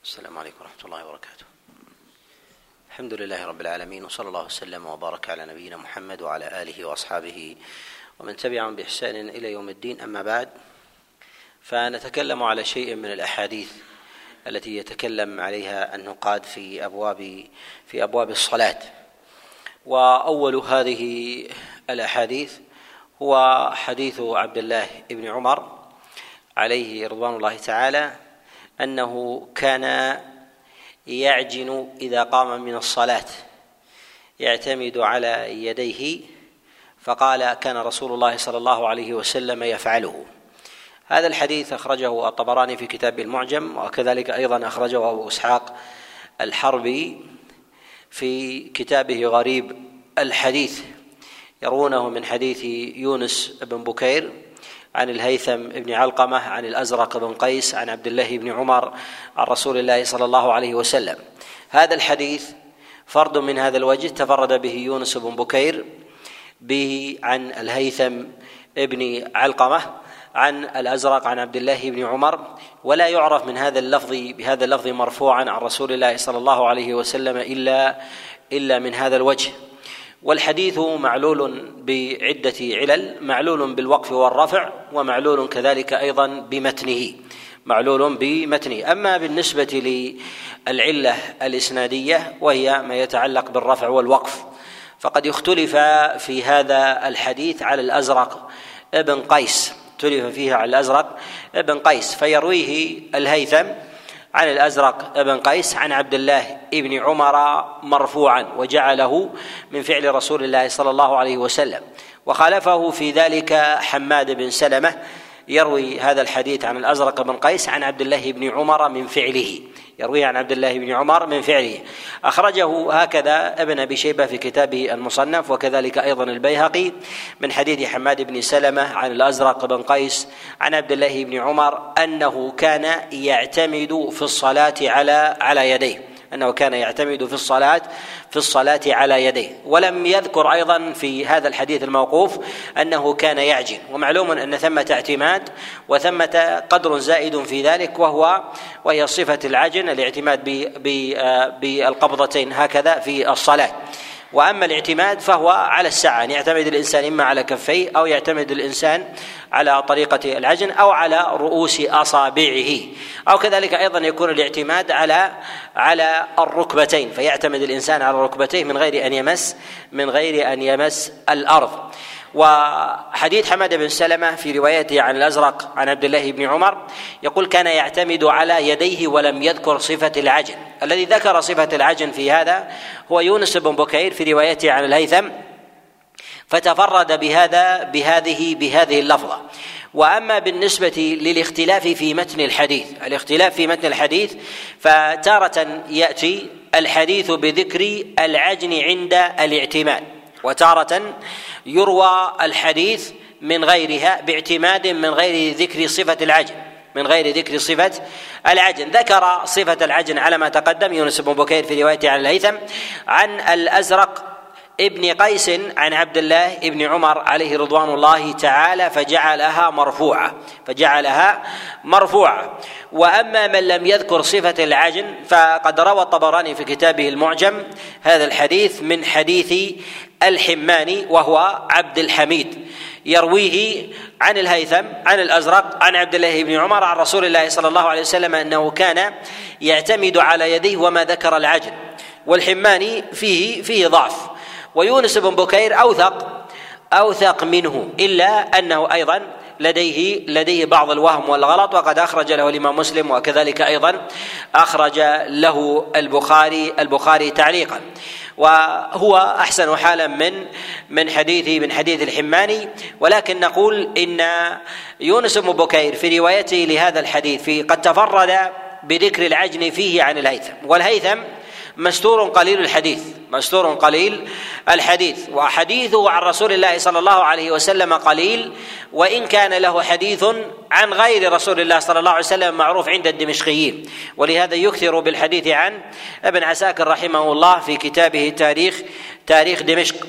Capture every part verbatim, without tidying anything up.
السلام عليكم ورحمة الله وبركاته. الحمد لله رب العالمين، وصلى الله وسلم وبارك على نبينا محمد وعلى آله وأصحابه ومن تبعهم بإحسان إلى يوم الدين. أما بعد، فنتكلم على شيء من الأحاديث التي يتكلم عليها النقاد في أبواب في أبواب الصلاة. وأول هذه الأحاديث هو حديث عبد الله بن عمر عليه رضوان الله تعالى أنه كان يعجن إذا قام من الصلاة، يعتمد على يديه، فقال كان رسول الله صلى الله عليه وسلم يفعله. هذا الحديث أخرجه الطبراني في كتاب المعجم، وكذلك أيضا أخرجه أبو إسحاق الحربي في كتابه غريب الحديث، يروونه من حديث يونس بن بكير عن الهيثم بن علقمة عن الأزرق بن قيس عن عبد الله بن عمر عن رسول الله صلى الله عليه وسلم. هذا الحديث فرد من هذا الوجه تفرد به يونس بن بكير به عن الهيثم بن علقمة عن الأزرق عن عبد الله بن عمر، ولا يعرف من هذا اللفظ بهذا اللفظ مرفوعا عن رسول الله صلى الله عليه وسلم إلا إلا من هذا الوجه. والحديث معلول بعدة علل، معلول بالوقف والرفع، ومعلول كذلك أيضا بمتنه معلول بمتنه. أما بالنسبة للعلة الإسنادية وهي ما يتعلق بالرفع والوقف، فقد اختلف في هذا الحديث على الأزرق ابن قيس، اختلف فيها على الأزرق ابن قيس، فيرويه الهيثم عن الأزرق ابن قيس عن عبد الله ابن عمر مرفوعا، وجعله من فعل رسول الله صلى الله عليه وسلم. وخالفه في ذلك حماد بن سلمة، يروي هذا الحديث عن الأزرق بن قيس عن عبد الله بن عمر من فعله، يروي عن عبد الله بن عمر من فعله. أخرجه هكذا ابن أبي شيبة في كتابه المصنف، وكذلك أيضا البيهقي من حديث حماد بن سلمة عن الأزرق بن قيس عن عبد الله بن عمر أنه كان يعتمد في الصلاة على على يديه، أنه كان يعتمد في الصلاة في الصلاة على يديه. ولم يذكر أيضا في هذا الحديث الموقوف أنه كان يعجن، ومعلوم أن ثمة اعتماد وثمة قدر زائد في ذلك، وهو وهي صفة العجن، الاعتماد بالقبضتين هكذا في الصلاة. وأما الاعتماد فهو على السعة، أن يعتمد الإنسان إما على كفيه أو يعتمد الإنسان على طريقة العجن أو على رؤوس أصابعه، أو كذلك أيضا يكون الاعتماد على على الركبتين، فيعتمد الإنسان على ركبتيه من غير أن يمس من غير أن يمس الأرض. وحديث حماد بن سلمة في روايته عن الأزرق عن عبد الله بن عمر يقول كان يعتمد على يديه ولم يذكر صفة العجن. الذي ذكر صفة العجن في هذا هو يونس بن بكير في روايته عن الهيثم، فتفرد بهذا بهذه بهذه اللفظة. وأما بالنسبة للاختلاف في متن الحديث، الاختلاف في متن الحديث فتارة يأتي الحديث بذكر العجن عند الاعتماد، وتارة يروى الحديث من غيرها باعتماد من غير ذكر صفة العجن من غير ذكر صفة العجن. ذكر صفة العجن على ما تقدم يونس بن بكير في روايته عن الهيثم عن الأزرق ابن قيس عن عبد الله ابن عمر عليه رضوان الله تعالى، فجعلها مرفوعة فجعلها مرفوعة. وأما من لم يذكر صفة العجن فقد روى الطبراني في كتابه المعجم هذا الحديث من حديث الحماني وهو عبد الحميد، يرويه عن الهيثم عن الأزرق عن عبد الله بن عمر عن رسول الله صلى الله عليه وسلم أنه كان يعتمد على يديه وما ذكر العجن. والحماني فيه فيه ضعف، ويونس بن بكير أوثق أوثق منه، إلا أنه أيضا لديه لديه بعض الوهم والغلط، وقد أخرج له الإمام مسلم، وكذلك أيضا أخرج له البخاري البخاري تعليقا، وهو أحسن حالا من من حديث من حديث الحماني. ولكن نقول إن يونس بن بكير في روايته لهذا الحديث في قد تفرد بذكر العجن فيه عن الهيثم، والهيثم مستور قليل الحديث مستور قليل الحديث وحديثه عن رسول الله صلى الله عليه وسلم قليل، وإن كان له حديث عن غير رسول الله صلى الله عليه وسلم معروف عند الدمشقيين، ولهذا يكثر بالحديث عن ابن عساكر رحمه الله في كتابه تاريخ تاريخ دمشق.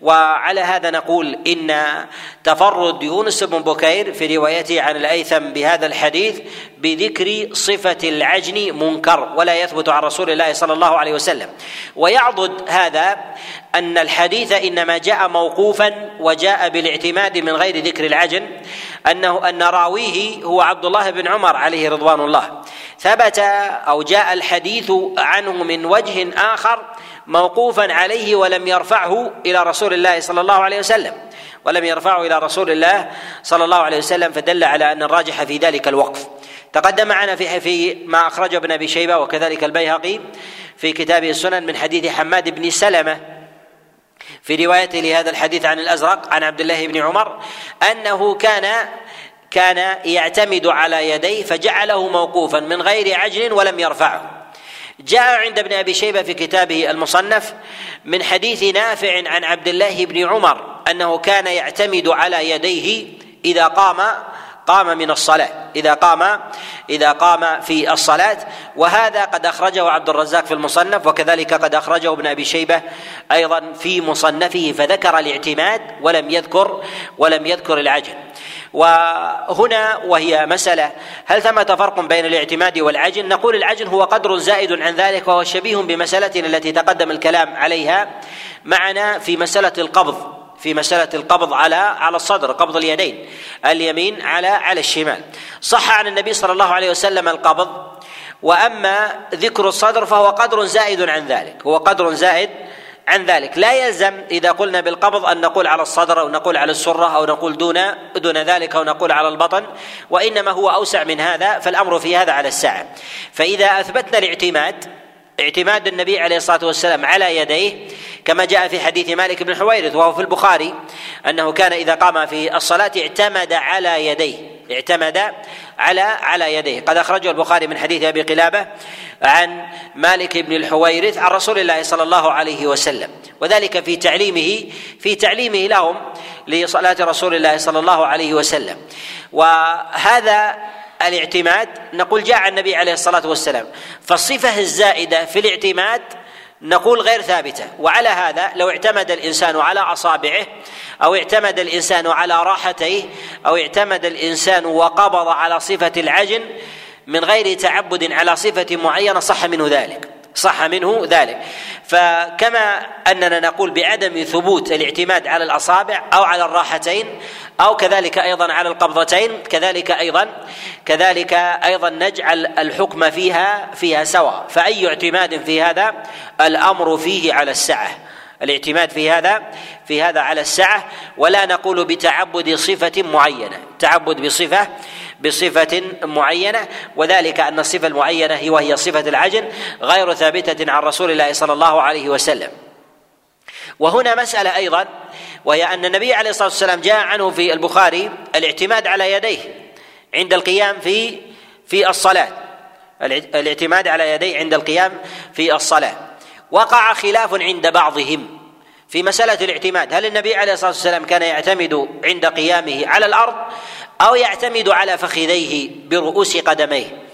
وعلى هذا نقول إن تفرد يونس بن بكير في روايته عن الأيثم بهذا الحديث بذكر صفة العجن منكر ولا يثبت عن رسول الله صلى الله عليه وسلم. ويعضد هذا أن الحديث إنما جاء موقوفا وجاء بالاعتماد من غير ذكر العجن، أنه أن راويه هو عبد الله بن عمر عليه رضوان الله، ثبت أو جاء الحديث عنه من وجه آخر موقوفا عليه ولم يرفعه إلى رسول الله صلى الله عليه وسلم ولم يرفعه إلى رسول الله صلى الله عليه وسلم فدل على أن الراجح في ذلك الوقف. تقدم معنا في في ما أخرجه ابن أبي شيبة وكذلك البيهقي في كتابه السنن من حديث حماد بن سلمة في روايته لهذا الحديث عن الأزرق عن عبد الله بن عمر أنه كان كان يعتمد على يديه فجعله موقوفا من غير عجن ولم يرفعه. جاء عند ابن أبي شيبة في كتابه المصنف من حديث نافع عن عبد الله بن عمر أنه كان يعتمد على يديه إذا قام قام من الصلاة إذا قام إذا قام في الصلاة، وهذا قد أخرجه عبد الرزاق في المصنف وكذلك قد أخرجه ابن أبي شيبة أيضا في مصنفه، فذكر الاعتماد ولم يذكر ولم يذكر العجن. وهنا وهي مسألة هل ثمة فرق بين الاعتماد والعجن؟ نقول العجن هو قدر زائد عن ذلك، وهو شبيه بمسألتنا التي تقدم الكلام عليها معنا في مسألة القبض في مسألة القبض على على الصدر، قبض اليدين اليمين على على الشمال. صح عن النبي صلى الله عليه وسلم القبض، وأما ذكر الصدر فهو قدر زائد عن ذلك هو قدر زائد عن ذلك لا يلزم إذا قلنا بالقبض أن نقول على الصدر أو نقول على السرة أو نقول دون دون ذلك أو نقول على البطن، وإنما هو أوسع من هذا، فالأمر في هذا على الساعة. فإذا أثبتنا الاعتماد اعتماد النبي عليه الصلاة والسلام على يديه كما جاء في حديث مالك بن الحويرث وهو في البخاري أنه كان إذا قام في الصلاة اعتمد على يديه اعتمد على على يديه قد أخرجه البخاري من حديث أبي قلابة عن مالك بن الحويرث عن رسول الله صلى الله عليه وسلم، وذلك في تعليمه في تعليمه لهم لصلاة رسول الله صلى الله عليه وسلم. وهذا الاعتماد نقول جاء عن النبي عليه الصلاة والسلام، فالصفة الزائدة في الاعتماد نقول غير ثابتة. وعلى هذا لو اعتمد الإنسان على أصابعه أو اعتمد الإنسان على راحتيه أو اعتمد الإنسان وقبض على صفة العجن من غير تعبد على صفة معينة صح منه ذلك صح منه ذلك فكما أننا نقول بعدم ثبوت الاعتماد على الأصابع أو على الراحتين أو كذلك أيضا على القبضتين، كذلك أيضا كذلك أيضا نجعل الحكم فيها فيها سواء. فأي اعتماد في هذا الأمر فيه على السعة، الاعتماد في هذا في هذا على السعة، ولا نقول بتعبد صفة معينة، تعبد بصفة بصفة معينة، وذلك أن الصفة المعينة هي وهي صفة العجن غير ثابتة عن رسول الله صلى الله عليه وسلم. وهنا مسألة أيضا، وهي أن النبي عليه الصلاة والسلام جاء عنه في البخاري الاعتماد على يديه عند القيام في في الصلاة، الاعتماد على يديه عند القيام في الصلاة. وقع خلاف عند بعضهم في مسألة الاعتماد، هل النبي عليه الصلاة والسلام كان يعتمد عند قيامه على الأرض أو يعتمد على فخذيه برؤوس قدميه؟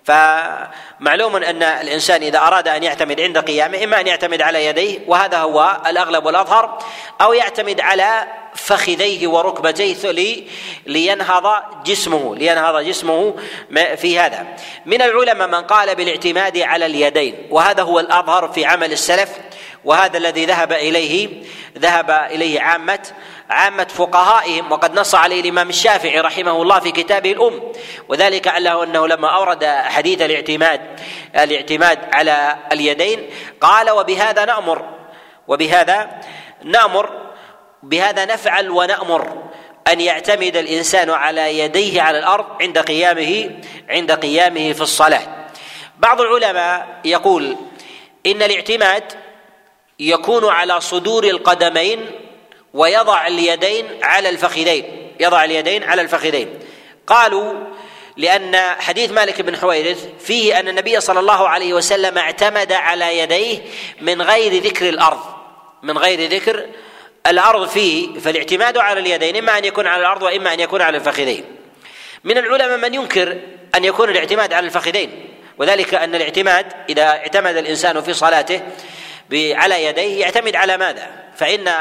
فمعلوم أن الإنسان إذا أراد أن يعتمد عند قيامه إما أن يعتمد على يديه وهذا هو الأغلب والأظهر، أو يعتمد على فخذيه وركبتيه لي لينهض جسمه لينهض جسمه في هذا. من العلماء من قال بالاعتماد على اليدين، وهذا هو الأظهر في عمل السلف، وهذا الذي ذهب إليه ذهب إليه عامة عامة فقهائهم، وقد نص عليه الإمام الشافعي رحمه الله في كتابه الأم، وذلك أنه لما أورد حديث الاعتماد الاعتماد على اليدين قال وبهذا نأمر وبهذا نأمر بهذا نفعل ونأمر أن يعتمد الإنسان على يديه على الأرض عند قيامه عند قيامه في الصلاة. بعض العلماء يقول إن الاعتماد يكون على صدور القدمين ويضع اليدين على الفخذين يضع اليدين على الفخذين قالوا لأن حديث مالك بن حويرث فيه أن النبي صلى الله عليه وسلم اعتمد على يديه من غير ذكر الأرض من غير ذكر الأرض فيه، فالاعتماد على اليدين إما أن يكون على الأرض وإما أن يكون على الفخذين. من العلماء من ينكر أن يكون الاعتماد على الفخذين، وذلك أن الاعتماد إذا اعتمد الإنسان في صلاته على يديه يعتمد على ماذا؟ فإن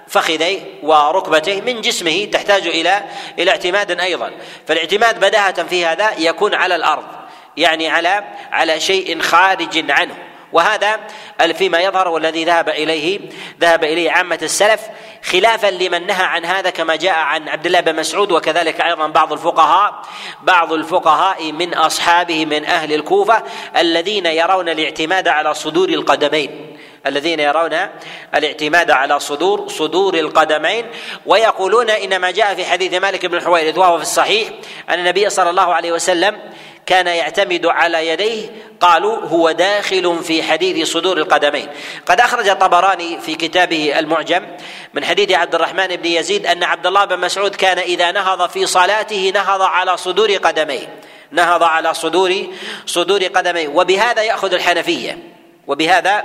فخذيه وركبتيه من جسمه تحتاج إلى إلى اعتماد أيضا، فالاعتماد بداهة في هذا يكون على الأرض، يعني على على شيء خارج عنه، وهذا فيما يظهر والذي ذهب إليه ذهب إليه عامة السلف، خلافا لمن نهى عن هذا كما جاء عن عبد الله بن مسعود، وكذلك أيضا بعض الفقهاء بعض الفقهاء من أصحابه من أهل الكوفة الذين يرون الاعتماد على صدور القدمين الذين يرون الاعتماد على صدور صدور القدمين ويقولون إنما جاء في حديث مالك بن الحويرث وهو في الصحيح أن النبي صلى الله عليه وسلم كان يعتمد على يديه، قالوا هو داخل في حديث صدور القدمين. قد أخرج الطبراني في كتابه المعجم من حديث عبد الرحمن بن يزيد أن عبد الله بن مسعود كان إذا نهض في صلاته نهض على صدور قدميه نهض على صدور صدور قدميه وبهذا يأخذ الحنفية وبهذا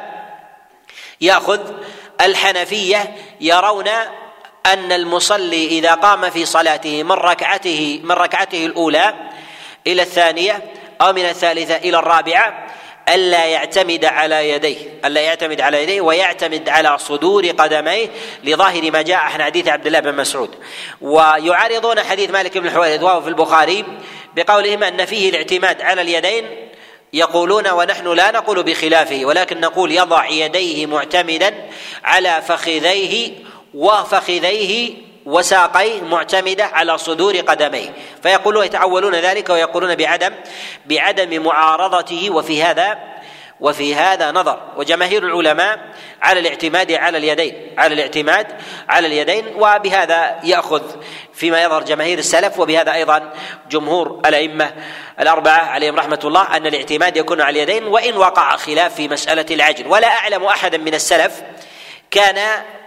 يأخذ الحنفية يرون أن المصلي إذا قام في صلاته من ركعته من ركعته الأولى إلى الثانية أو من الثالثة إلى الرابعة ألا يعتمد على يديه ألا يعتمد على يديه ويعتمد على صدور قدميه لظاهر ما جاء عن حديث عبد الله بن مسعود. ويعارضون حديث مالك بن الحويرث وهو في البخاري بقولهم أن فيه الاعتماد على اليدين، يقولون ونحن لا نقول بخلافه ولكن نقول يضع يديه معتمدا على فخذيه وفخذيه وساقيه معتمدة على صدور قدميه، فيقولون يتعولون ذلك ويقولون بعدم بعدم معارضته. وفي هذا وفي هذا نظر، وجماهير العلماء على الاعتماد على اليدين على الاعتماد على اليدين وبهذا يأخذ فيما يظهر جماهير السلف، وبهذا أيضا جمهور الأئمة الأربعة عليهم رحمة الله أن الاعتماد يكون على اليدين، وإن وقع خلاف في مسألة العجل. ولا أعلم أحدا من السلف كان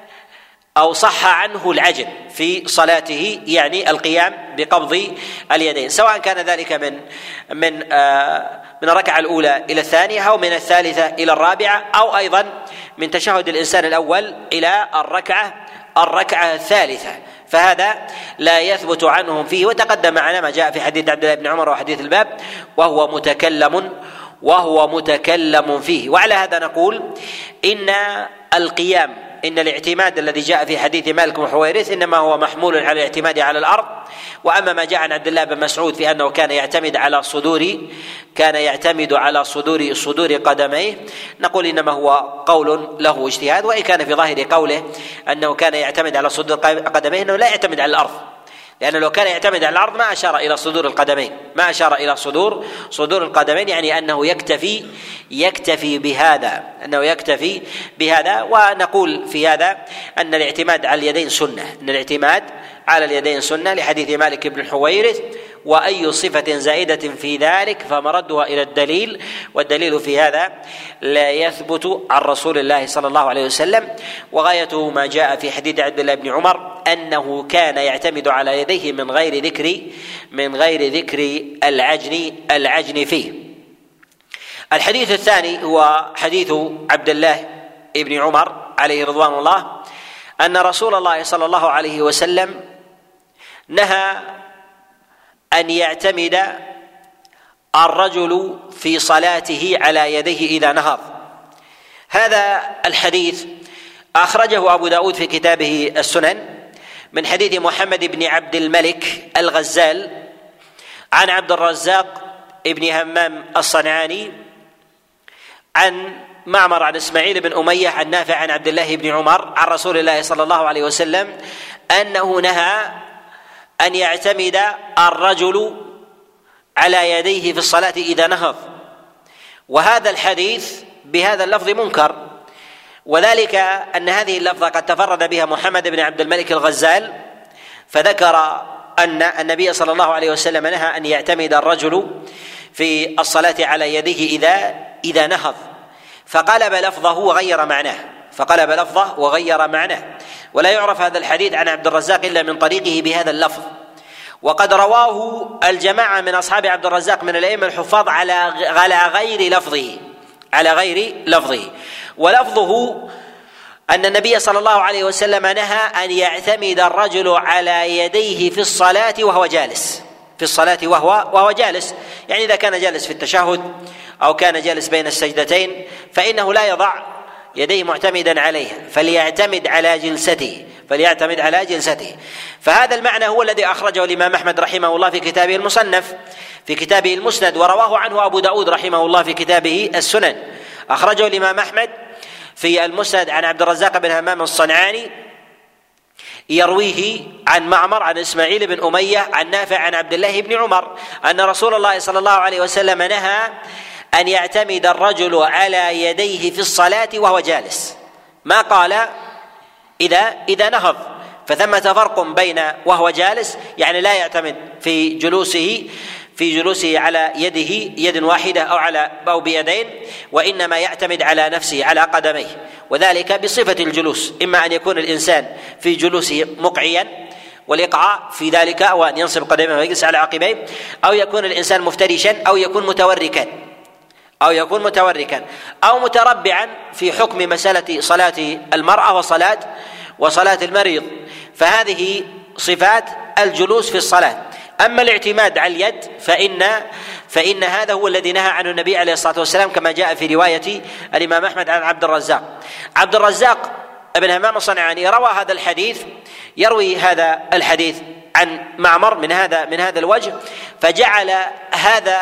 أو صح عنه العجل في صلاته، يعني القيام بقبض اليدين، سواء كان ذلك من من آه من الركعة الأولى إلى الثانية أو من الثالثة إلى الرابعة أو أيضا من تشهد الإنسان الأول إلى الركعة الركعة الثالثة، فهذا لا يثبت عنهم فيه. وتقدم معنا ما جاء في حديث عبد الله بن عمر وحديث الباب وهو متكلم وهو متكلم فيه. وعلى هذا نقول إن القيام إن الاعتماد الذي جاء في حديث مالك بن حويرث إنما هو محمول على الاعتماد على الأرض، وأما ما جاء عن عبد الله بن مسعود في أنه كان يعتمد على صدور كان يعتمد على صدور صدور قدميه نقول إنما هو قول له اجتهاد، وإن كان في ظاهر قوله أنه كان يعتمد على صدور قدميه أنه لا يعتمد على الأرض، لأنه لو كان يعتمد على الأرض ما أشار إلى صدور القدمين ما أشار إلى صدور صدور القدمين يعني أنه يكتفي يكتفي بهذا أنه يكتفي بهذا. ونقول في هذا أن الاعتماد على اليدين سنة أن الاعتماد على اليدين سنة لحديث مالك بن الحويرث، وأي صفة زائدة في ذلك فمردها إلى الدليل، والدليل في هذا لا يثبت عن رسول الله صلى الله عليه وسلم. وغايته ما جاء في حديث عبد الله بن عمر أنه كان يعتمد على يديه من غير ذكر من غير ذكر العجن العجن فيه. الحديث الثاني هو حديث عبد الله بن عمر عليه رضوان الله أن رسول الله صلى الله عليه وسلم نهى أن يعتمد الرجل في صلاته على يديه إذا نهض. هذا الحديث أخرجه أبو داود في كتابه السنن من حديث محمد بن عبد الملك الغزال عن عبد الرزاق ابن همام الصنعاني عن معمر عن إسماعيل بن أمية عن نافع عن عبد الله بن عمر عن رسول الله صلى الله عليه وسلم أنه نهى أن يعتمد الرجل على يديه في الصلاة إذا نهض. وهذا الحديث بهذا اللفظ منكر، وذلك أن هذه اللفظة قد تفرد بها محمد بن عبد الملك الغزال، فذكر أن النبي صلى الله عليه وسلم نهى أن يعتمد الرجل في الصلاة على يديه إذا إذا نهض، فقلب لفظه وغير معناه فقلب لفظه وغير معناه ولا يعرف هذا الحديث عن عبد الرزاق إلا من طريقه بهذا اللفظ. وقد رواه الجماعة من أصحاب عبد الرزاق من الأئمة الحفاظ على على غير لفظه على غير لفظه ولفظه أن النبي صلى الله عليه وسلم نهى أن يعتمد الرجل على يديه في الصلاة وهو جالس في الصلاة وهو وهو جالس يعني إذا كان جالس في التشهد أو كان جالس بين السجدتين فإنه لا يضع يديه معتمدا عليها، فليعتمد على جلسته فليعتمد على جلسته. فهذا المعنى هو الذي أخرجه الإمام أحمد رحمه الله في كتابه المصنف في كتابه المسند، ورواه عنه أبو داود رحمه الله في كتابه السنن. أخرجه الإمام أحمد في المسند عن عبد الرزاق بن همام الصنعاني يرويه عن معمر عن إسماعيل بن أمية عن نافع عن عبد الله بن عمر أن رسول الله صلى الله عليه وسلم نهى أن يعتمد الرجل على يديه في الصلاة وهو جالس، ما قال إذا إذا نهض، فثمة فرق بين وهو جالس يعني لا يعتمد في جلوسه في جلوسه على يده يد واحدة أو على أو بيدين، وإنما يعتمد على نفسه على قدميه، وذلك بصفة الجلوس، إما أن يكون الإنسان في جلوسه مقعيا والإقعاء في ذلك أو أن ينصب قدميه ويجلس على عقبيه، أو يكون الإنسان مفترشا أو يكون متوركا أو يكون متوركا أو متربعا في حكم مسألة صلاة المرأة وصلاة وصلاة المريض، فهذه صفات الجلوس في الصلاة. أما الاعتماد على اليد فإن فإن هذا هو الذي نهى عنه النبي عليه الصلاة والسلام، كما جاء في رواية الإمام أحمد عن عبد الرزاق. عبد الرزاق ابن همام الصنعاني روى هذا الحديث، يروي هذا الحديث عن معمر من هذا من هذا الوجه، فجعل هذا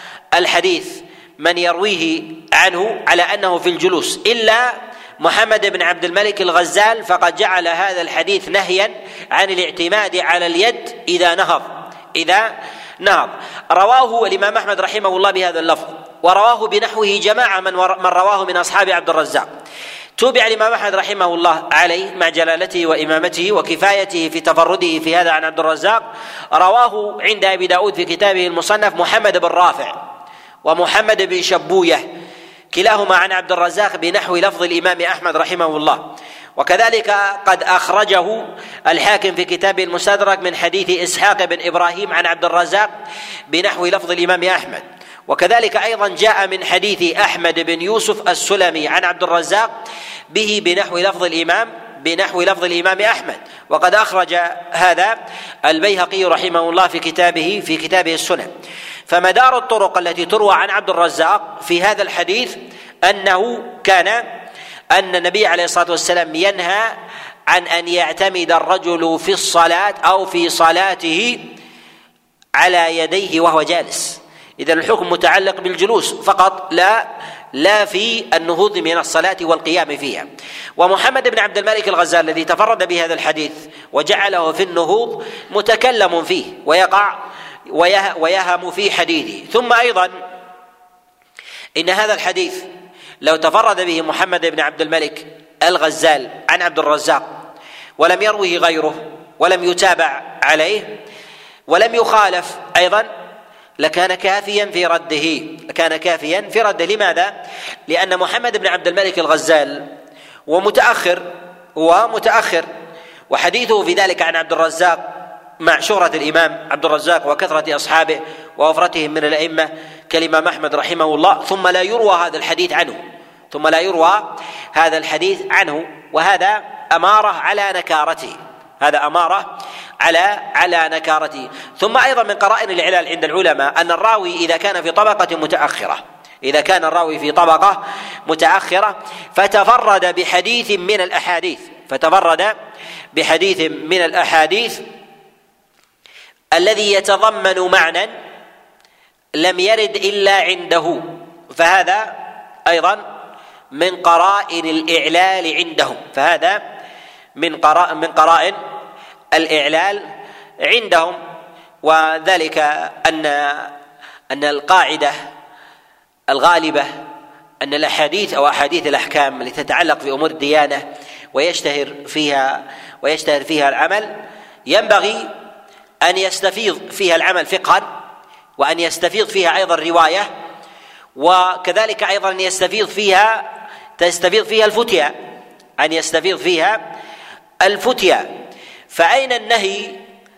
الحديث من يرويه عنه على أنه في الجلوس، إلا محمد بن عبد الملك الغزال فقد جعل هذا الحديث نهيا عن الاعتماد على اليد إذا نهض إذا نهض. رواه الإمام أحمد رحمه الله بهذا اللفظ، ورواه بنحوه جماعة من, من رواه من أصحاب عبد الرزاق. تابع الإمام أحمد رحمه الله عليه مع جلالته وإمامته وكفايته في تفرده في هذا عن عبد الرزاق، رواه عند أبي داود في كتابه المصنف محمد بن رافع ومحمد بن شبوية كلاهما عن عبد الرزاق بنحو لفظ الإمام أحمد رحمه الله. وكذلك قد أخرجه الحاكم في كتابه المستدرك من حديث إسحاق بن إبراهيم عن عبد الرزاق بنحو لفظ الإمام أحمد. وكذلك أيضا جاء من حديث أحمد بن يوسف السلمي عن عبد الرزاق به بنحو لفظ الإمام بنحو لفظ الإمام أحمد. وقد أخرج هذا البيهقي رحمه الله في كتابه في كتابه السنن. فمدار الطرق التي تروى عن عبد الرزاق في هذا الحديث أنه كان أن النبي عليه الصلاة والسلام ينهى عن أن يعتمد الرجل في الصلاة أو في صلاته على يديه وهو جالس. إذن الحكم متعلق بالجلوس فقط، لا لا في النهوض من الصلاة والقيام فيها. ومحمد بن عبد الملك الغزال الذي تفرد بهذا الحديث وجعله في النهوض متكلم فيه ويقع ويهم في حديثه. ثم أيضا إن هذا الحديث لو تفرد به محمد بن عبد الملك الغزال عن عبد الرزاق ولم يروه غيره ولم يتابع عليه ولم يخالف أيضا لكان كافيا في رده لكان كافيا في رده لماذا؟ لأن محمد بن عبد الملك الغزال ومتأخر ومتأخر وحديثه في ذلك عن عبد الرزاق مع شهرة الإمام عبد الرزاق وكثرة أصحابه ووفرتهم من الأئمة كالإمام أحمد رحمه الله، ثم لا يروى هذا الحديث عنه ثم لا يروى هذا الحديث عنه وهذا أمارة على نكارته هذا أمارة على على نكارته. ثم أيضا من قرائن العلل عند العلماء أن الراوي إذا كان في طبقة متأخرة إذا كان الراوي في طبقة متأخرة فتفرد بحديث من الأحاديث فتفرد بحديث من الأحاديث الذي يتضمن معنى لم يرد إلا عنده، فهذا أيضا من قرائن الإعلال عندهم فهذا من قرائن من قرائن الإعلال عندهم. وذلك أن أن القاعدة الغالبة أن الأحاديث أو أحاديث الأحكام التي تتعلق في أمور الديانة ويشتهر فيها ويشتهر فيها العمل ينبغي أن يستفيض فيها العمل فقها، وأن يستفيض فيها أيضا رواية، وكذلك أيضا أن يستفيض فيها تستفيض فيها الفتية أن يستفيض فيها الفتية. فأين النهي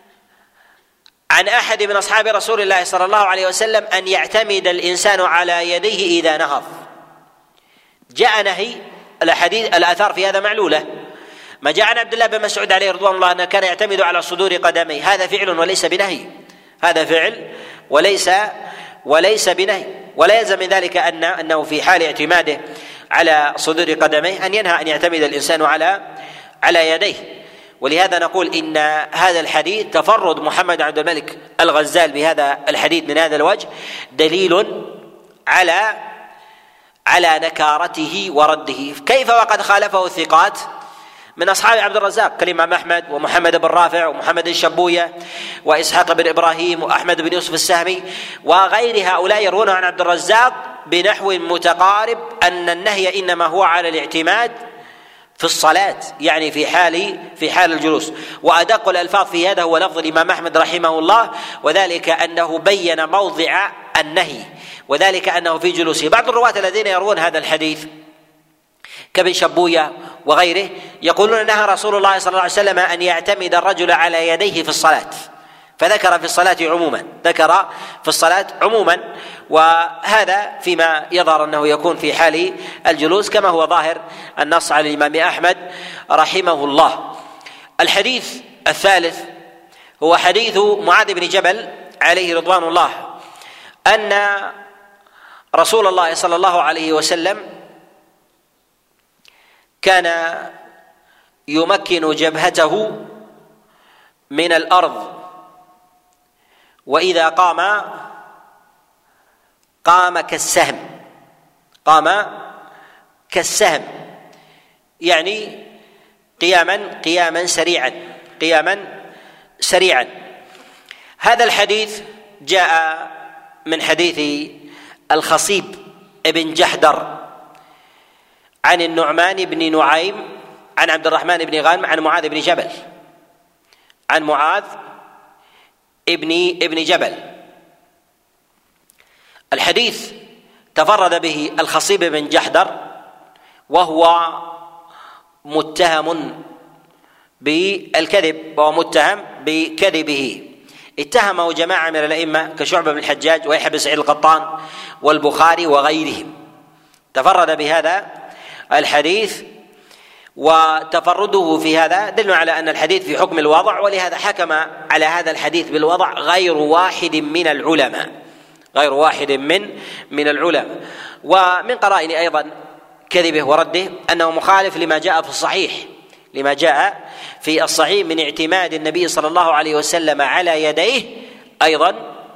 عن أحد من أصحاب رسول الله صلى الله عليه وسلم أن يعتمد الإنسان على يديه إذا نهض؟ جاء نهي الأحاديث الآثار في هذا معلولة. ما جاء عن عبد الله بن مسعود عليه رضوان الله أنه كان يعتمد على صدور قدميه، هذا فعل وليس بنهي هذا فعل وليس وليس بنهي. ولا يلزم من ذلك أن أنه في حال اعتماده على صدور قدميه أن ينهى أن يعتمد الإنسان على على يديه. ولهذا نقول إن هذا الحديث تفرد محمد عبد الملك الغزال بهذا الحديث من هذا الوجه دليل على على نكارته ورده. كيف وقد خالفه الثقات من أصحاب عبد الرزاق كالإمام أحمد ومحمد بن رافع ومحمد الشبوية وإسحاق بن إبراهيم وأحمد بن يوسف السهمي وغير هؤلاء يروون عن عبد الرزاق بنحو متقارب أن النهي إنما هو على الاعتماد في الصلاة، يعني في حال في حال الجلوس. وأدق الألفاظ في هذا هو لفظ الإمام أحمد رحمه الله، وذلك أنه بين موضع النهي، وذلك أنه في جلوسه. بعض الرواة الذين يروون هذا الحديث كابن شبوية وغيره يقولون نهى رسول الله صلى الله عليه وسلم أن يعتمد الرجل على يديه في الصلاة، فذكر في الصلاة عموما ذكر في الصلاة عموما وهذا فيما يظهر أنه يكون في حال الجلوس كما هو ظاهر النص على الإمام أحمد رحمه الله. الحديث الثالث هو حديث معاذ بن جبل عليه رضوان الله أن رسول الله صلى الله عليه وسلم كان يمكن جبهته من الأرض، وإذا قام قام كالسهم قام كالسهم يعني قياما قياما سريعا قياما سريعا. هذا الحديث جاء من حديث الخصيب ابن جحدر عن النعمان بن نعيم عن عبد الرحمن بن غانم عن معاذ بن جبل عن معاذ ابن ابن جبل. الحديث تفرد به الخصيب بن جحدر وهو متهم بالكذب وهو متهم بكذبه. اتهمه جماعة من الأئمة كشعبة بن الحجاج ويحيى بن سعيد القطان والبخاري وغيرهم. تفرد بهذا الحديث، وتفرده في هذا دل على أن الحديث في حكم الوضع، ولهذا حكم على هذا الحديث بالوضع غير واحد من العلماء غير واحد من من العلماء. ومن قرائن أيضا كذبه ورده أنه مخالف لما جاء في الصحيح لما جاء في الصحيح من اعتماد النبي صلى الله عليه وسلم على يديه أيضا،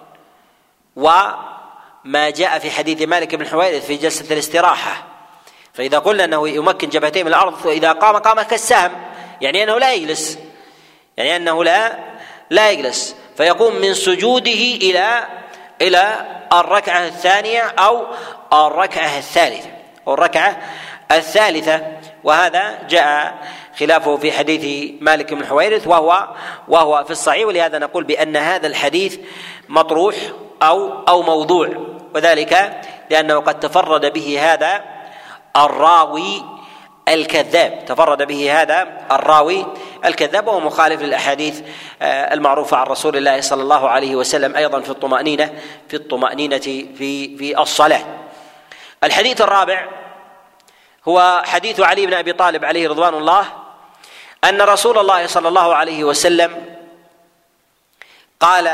وما جاء في حديث مالك بن حويرث في جلسة الاستراحة. فإذا قلنا أنه يمكن جبهتيه من الأرض وإذا قام قام كالسهم يعني أنه لا يجلس يعني أنه لا لا يجلس فيقوم من سجوده إلى إلى الركعة الثانية أو الركعة الثالثة أو الركعة الثالثة وهذا جاء خلافه في حديث مالك بن حويرث وهو وهو في الصحيح. ولهذا نقول بأن هذا الحديث مطروح أو أو موضوع، وذلك لأنه قد تفرد به هذا الراوي الكذاب تفرد به هذا الراوي الكذاب وهو مخالف للأحاديث المعروفة عن رسول الله صلى الله عليه وسلم أيضا في الطمأنينة في الطمأنينة في في الصلاة. الحديث الرابع هو حديث علي بن أبي طالب عليه رضوان الله أن رسول الله صلى الله عليه وسلم قال: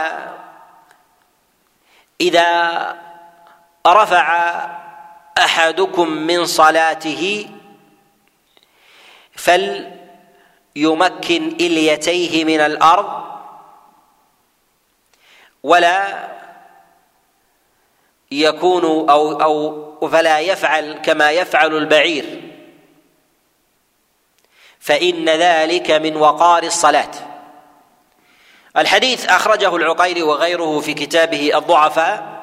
إذا رفع أحدكم من صلاته فليمكن إليتيه من الأرض ولا يكون أو أو فلا يفعل كما يفعل البعير، فإن ذلك من وقار الصلاة. الحديث أخرجه العقيلي وغيره في كتابه الضعفاء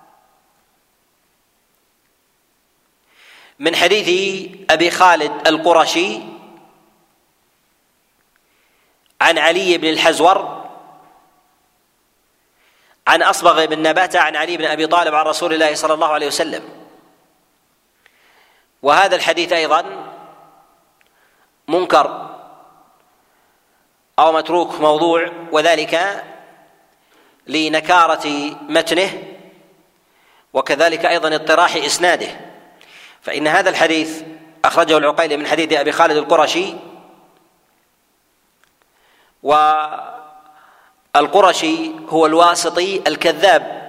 من حديث أبي خالد القرشي عن علي بن الحزور عن أصبغ بن نباتة عن علي بن أبي طالب عن رسول الله صلى الله عليه وسلم. وهذا الحديث أيضا منكر أو متروك موضوع، وذلك لنكارة متنه وكذلك أيضا اضطراح إسناده. فإن هذا الحديث أخرجه العقيلي من حديث أبي خالد القرشي، والقرشي هو الواسطي الكذاب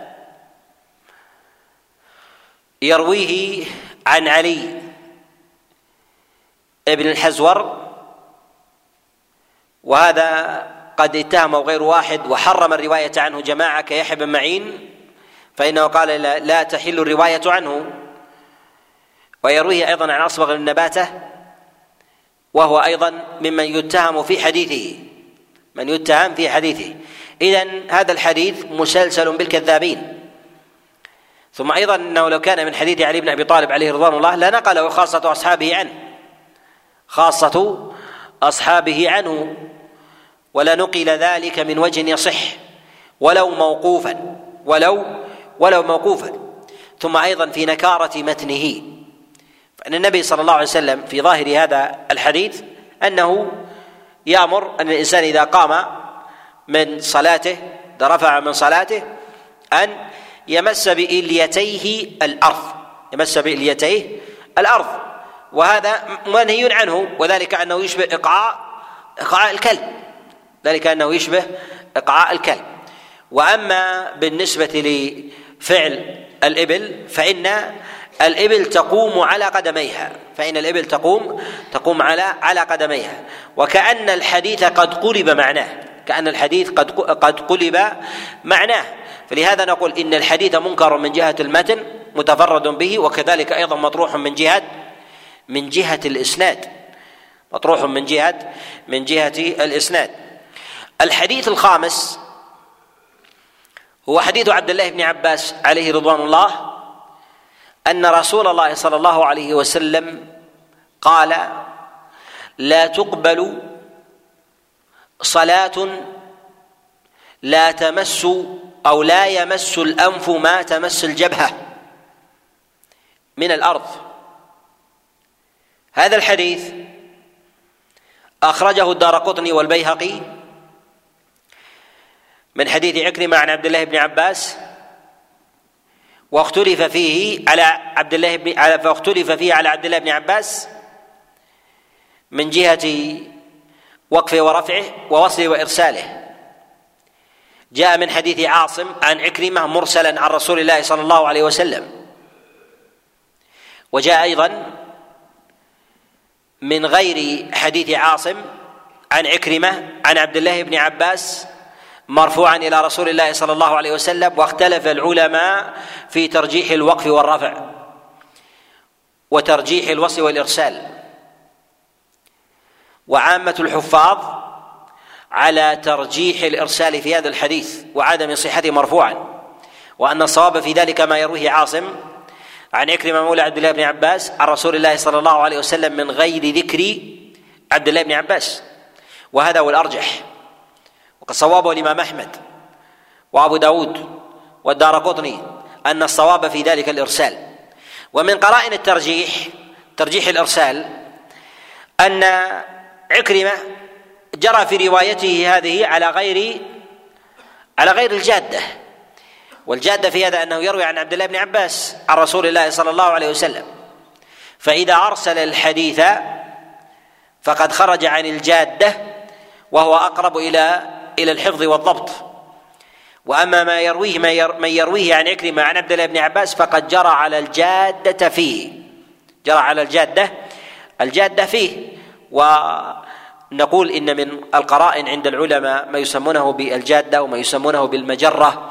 يرويه عن علي ابن الحزور وهذا قد اتهمه غير واحد وحرم الرواية عنه جماعة كيحيى بن معين، فإنه قال لا تحل الرواية عنه. ويرويه أيضا عن أصبغ بن نباتة وهو أيضا ممن يتهم في حديثه، من يتهم في حديثه. إذن هذا الحديث مسلسل بالكذابين. ثم أيضا أنه لو كان من حديث علي بن أبي طالب عليه رضوان الله لنقله خاصة أصحابه عنه، خاصة أصحابه عنه، ولا نقل ذلك من وجه يصح ولو موقوفا ولو ولو موقوفا. ثم أيضا في نكارة متنه، فإن النبي صلى الله عليه وسلم في ظاهر هذا الحديث أنه يأمر أن الإنسان إذا قام من صلاته، إذا رفع من صلاته، أن يمس بإليتيه الأرض، يمس بإليتيه الأرض، وهذا منهي عنه، وذلك أنه يشبه إقعاء إقعاء الكلب، ذلك أنه يشبه إقعاء الكلب. وأما بالنسبة لفعل الإبل فإن الإبل تقوم على قدميها، فإن الإبل تقوم تقوم على على قدميها، وكأن الحديث قد قلب معناه، كأن الحديث قد قد قلب معناه. فلهذا نقول إن الحديث منكر من جهة المتن متفرد به، وكذلك أيضا مطروح من جهة من جهة الإسناد، مطروح من جهة من جهة الإسناد. الحديث الخامس هو حديث عبد الله بن عباس عليه رضوان الله أن رسول الله صلى الله عليه وسلم قال: لا تقبل صلاة لا تمس أو لا يمس الأنف ما تمس الجبهة من الأرض. هذا الحديث أخرجه الدارقطني والبيهقي من حديث عكرمة عن عبد الله بن عباس، واختلف فيه على عبد الله بن على فاختلف فيه على عبد الله بن عباس من جهة وقفه ورفعه ووصله وإرساله. جاء من حديث عاصم عن عكرمة مرسلا عن رسول الله صلى الله عليه وسلم، وجاء أيضا من غير حديث عاصم عن عكرمة عن عبد الله بن عباس مرفوعا إلى رسول الله صلى الله عليه وسلم. واختلف العلماء في ترجيح الوقف والرفع وترجيح الوصل والإرسال، وعامة الحفاظ على ترجيح الإرسال في هذا الحديث وعدم صحته مرفوعا، وأن الصواب في ذلك ما يرويه عاصم عن عكرمة مولى عبد الله بن عباس عن رسول الله صلى الله عليه وسلم من غير ذكر عبد الله بن عباس، وهذا هو الأرجح، وقد صوابه الإمام أحمد وأبو داود والدارقطني أن الصواب في ذلك الإرسال. ومن قرائن الترجيح ترجيح الإرسال أن عكرمة جرى في روايته هذه على غير على غير الجادة، والجادة في هذا أنه يروي عن عبد الله بن عباس عن رسول الله صلى الله عليه وسلم، فإذا أرسل الحديث فقد خرج عن الجادة وهو أقرب إلى إلى الحفظ والضبط. وأما ما يرويه من يرويه عن عكرمة عن عبد الله بن عباس فقد جرى على الجادة فيه، جرى على الجادة الجادة فيه. ونقول إن من القرائن عند العلماء ما يسمونه بالجادة وما يسمونه بالمجرة،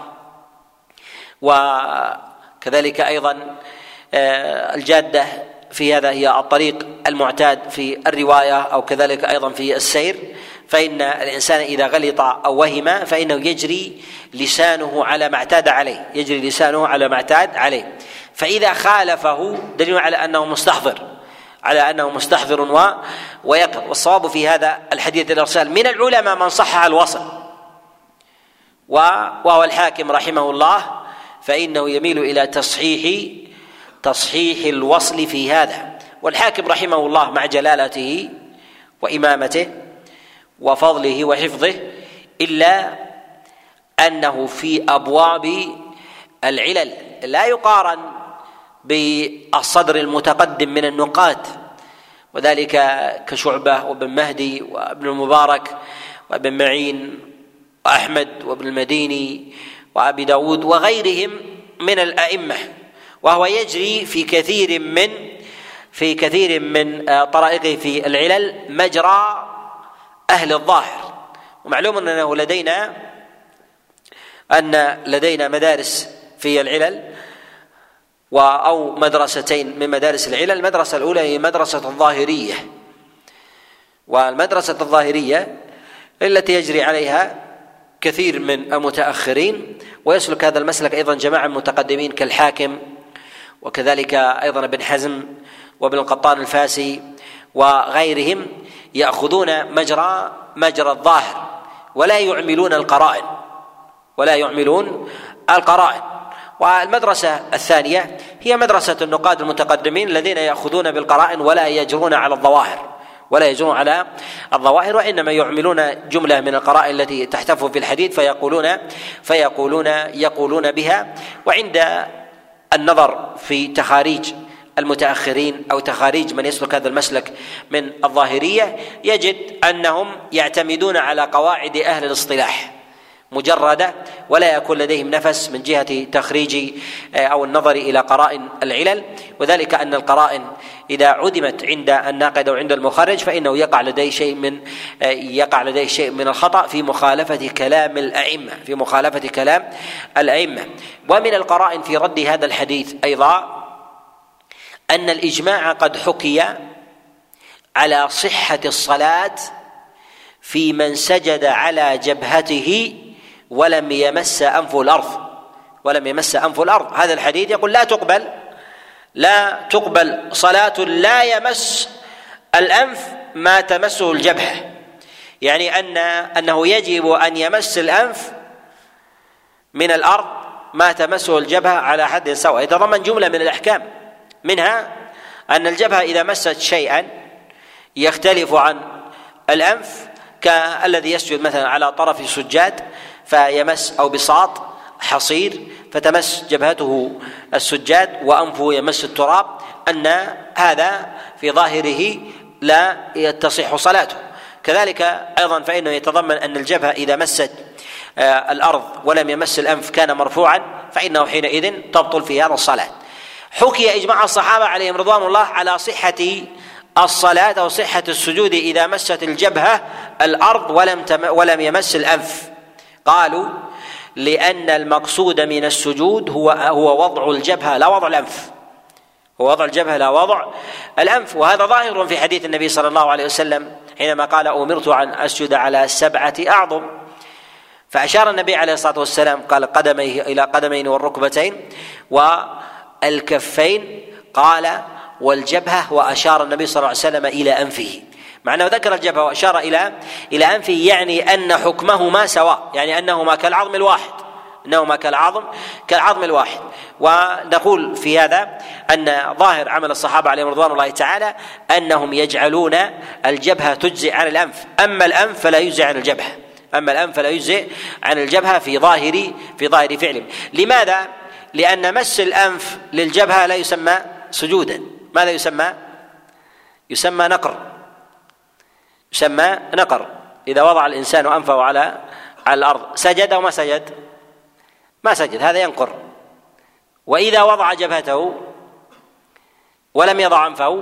وكذلك أيضا الجادة في هذا هي الطريق المعتاد في الرواية أو كذلك أيضا في السير، فإن الإنسان إذا غلط أو وهم فإنه يجري لسانه على ما اعتاد عليه، يجري لسانه على ما اعتاد عليه، فإذا خالفه دليل على أنه مستحضر على أنه مستحضر و... ويقظ. والصواب في هذا الحديث الإرسال. من العلماء من صحح الوصل وهو الحاكم رحمه الله، فإنه يميل إلى تصحيح تصحيح الوصل في هذا. والحاكم رحمه الله مع جلالته وإمامته وفضله وحفظه، إلا أنه في أبواب العلل لا يقارن بالصدر المتقدم من النقاد، وذلك كشعبة وابن مهدي وابن المبارك وابن معين وأحمد وابن المديني وأبي داود وغيرهم من الأئمة، وهو يجري في كثير من في كثير من طرائقه في العلل مجرى أهل الظاهر، ومعلوم أنه لدينا أن لدينا مدارس في العلل أو مدرستين من مدارس العلل. المدرسة الأولى هي مدرسة الظاهرية، والمدرسة الظاهرية التي يجري عليها كثير من المتأخرين، ويسلك هذا المسلك أيضا جماعة متقدمين كالحاكم، وكذلك أيضا ابن حزم وابن القطان الفاسي وغيرهم، يأخذون مجرى مجرى الظاهر ولا يعملون القرائن ولا يعملون القرائن. والمدرسة الثانية هي مدرسة النقاد المتقدمين الذين يأخذون بالقرائن ولا يجرون على الظواهر ولا يجرون على الظواهر وإنما يعملون جملة من القرائن التي تحتف في الحديث فيقولون فيقولون يقولون بها. وعند النظر في تخاريج المتأخرين أو تخاريج من يسلك هذا المسلك من الظاهرية يجد أنهم يعتمدون على قواعد أهل الاصطلاح مجردة، ولا يكون لديهم نفس من جهة تخريج أو النظر إلى قرائن العلل، وذلك أن القرائن إذا عدمت عند الناقد أو عند المخرج فإنه يقع لديه شيء من يقع لديه شيء من الخطأ في مخالفة كلام الأئمة في مخالفة كلام الأئمة. ومن القرائن في رد هذا الحديث أيضا أن الإجماع قد حكي على صحة الصلاة في من سجد على جبهته ولم يمس أنفه الأرض ولم يمس أنفه الأرض. هذا الحديث يقول لا تقبل لا تقبل صلاة لا يمس الأنف ما تمسه الجبهة، يعني أن أنه يجب أن يمس الأنف من الأرض ما تمسه الجبهة على حد سواء. يتضمن جملة من الأحكام، منها أن الجبهة إذا مست شيئا يختلف عن الأنف كالذي يسجد مثلا على طرف سجاد فيمس أو بساط حصير فتمس جبهته السجاد وأنفه يمس التراب، أن هذا في ظاهره لا تصح صلاته. كذلك أيضا فإنه يتضمن أن الجبهة إذا مست الأرض ولم يمس الأنف كان مرفوعا فإنه حينئذ تبطل في هذا الصلاة. حكي إجماع الصحابة عليهم رضوان الله على صحة الصلاة أو صحة السجود إذا مست الجبهة الأرض ولم ولم يمس الأنف. قالوا لأن المقصود من السجود هو هو وضع الجبهة لا وضع الأنف هو وضع الجبهة لا وضع الأنف. وهذا ظاهر في حديث النبي صلى الله عليه وسلم حينما قال أمرت أن أسجد على سبعة أعظم، فأشار النبي عليه الصلاة والسلام قال قدميه إلى قدمين والركبتين والكفين، قال والجبهة، وأشار النبي صلى الله عليه وسلم إلى أنفه. معنى ذكر الجبهة وأشار إلى إلى أنفه يعني أن حكمهما سواء، يعني أنهما كالعظم الواحد أنهما كالعظم كالعظم الواحد. ونقول في هذا أن ظاهر عمل الصحابة عليهم رضوان الله تعالى أنهم يجعلون الجبهة تجزئ عن الأنف، أما الأنف فلا يجزئ عن الجبهة أما الأنف فلا يجزئ عن الجبهة في ظاهر في ظاهر فعلهم. لماذا؟ لأن مس الأنف للجبهة لا يسمى سجودا. ماذا يسمى؟ يسمى نقر يسمى نقر إذا وضع الإنسان أنفه على على الأرض سجد أو ما سجد؟ ما سجد، هذا ينقر. وإذا وضع جبهته ولم يضع أنفه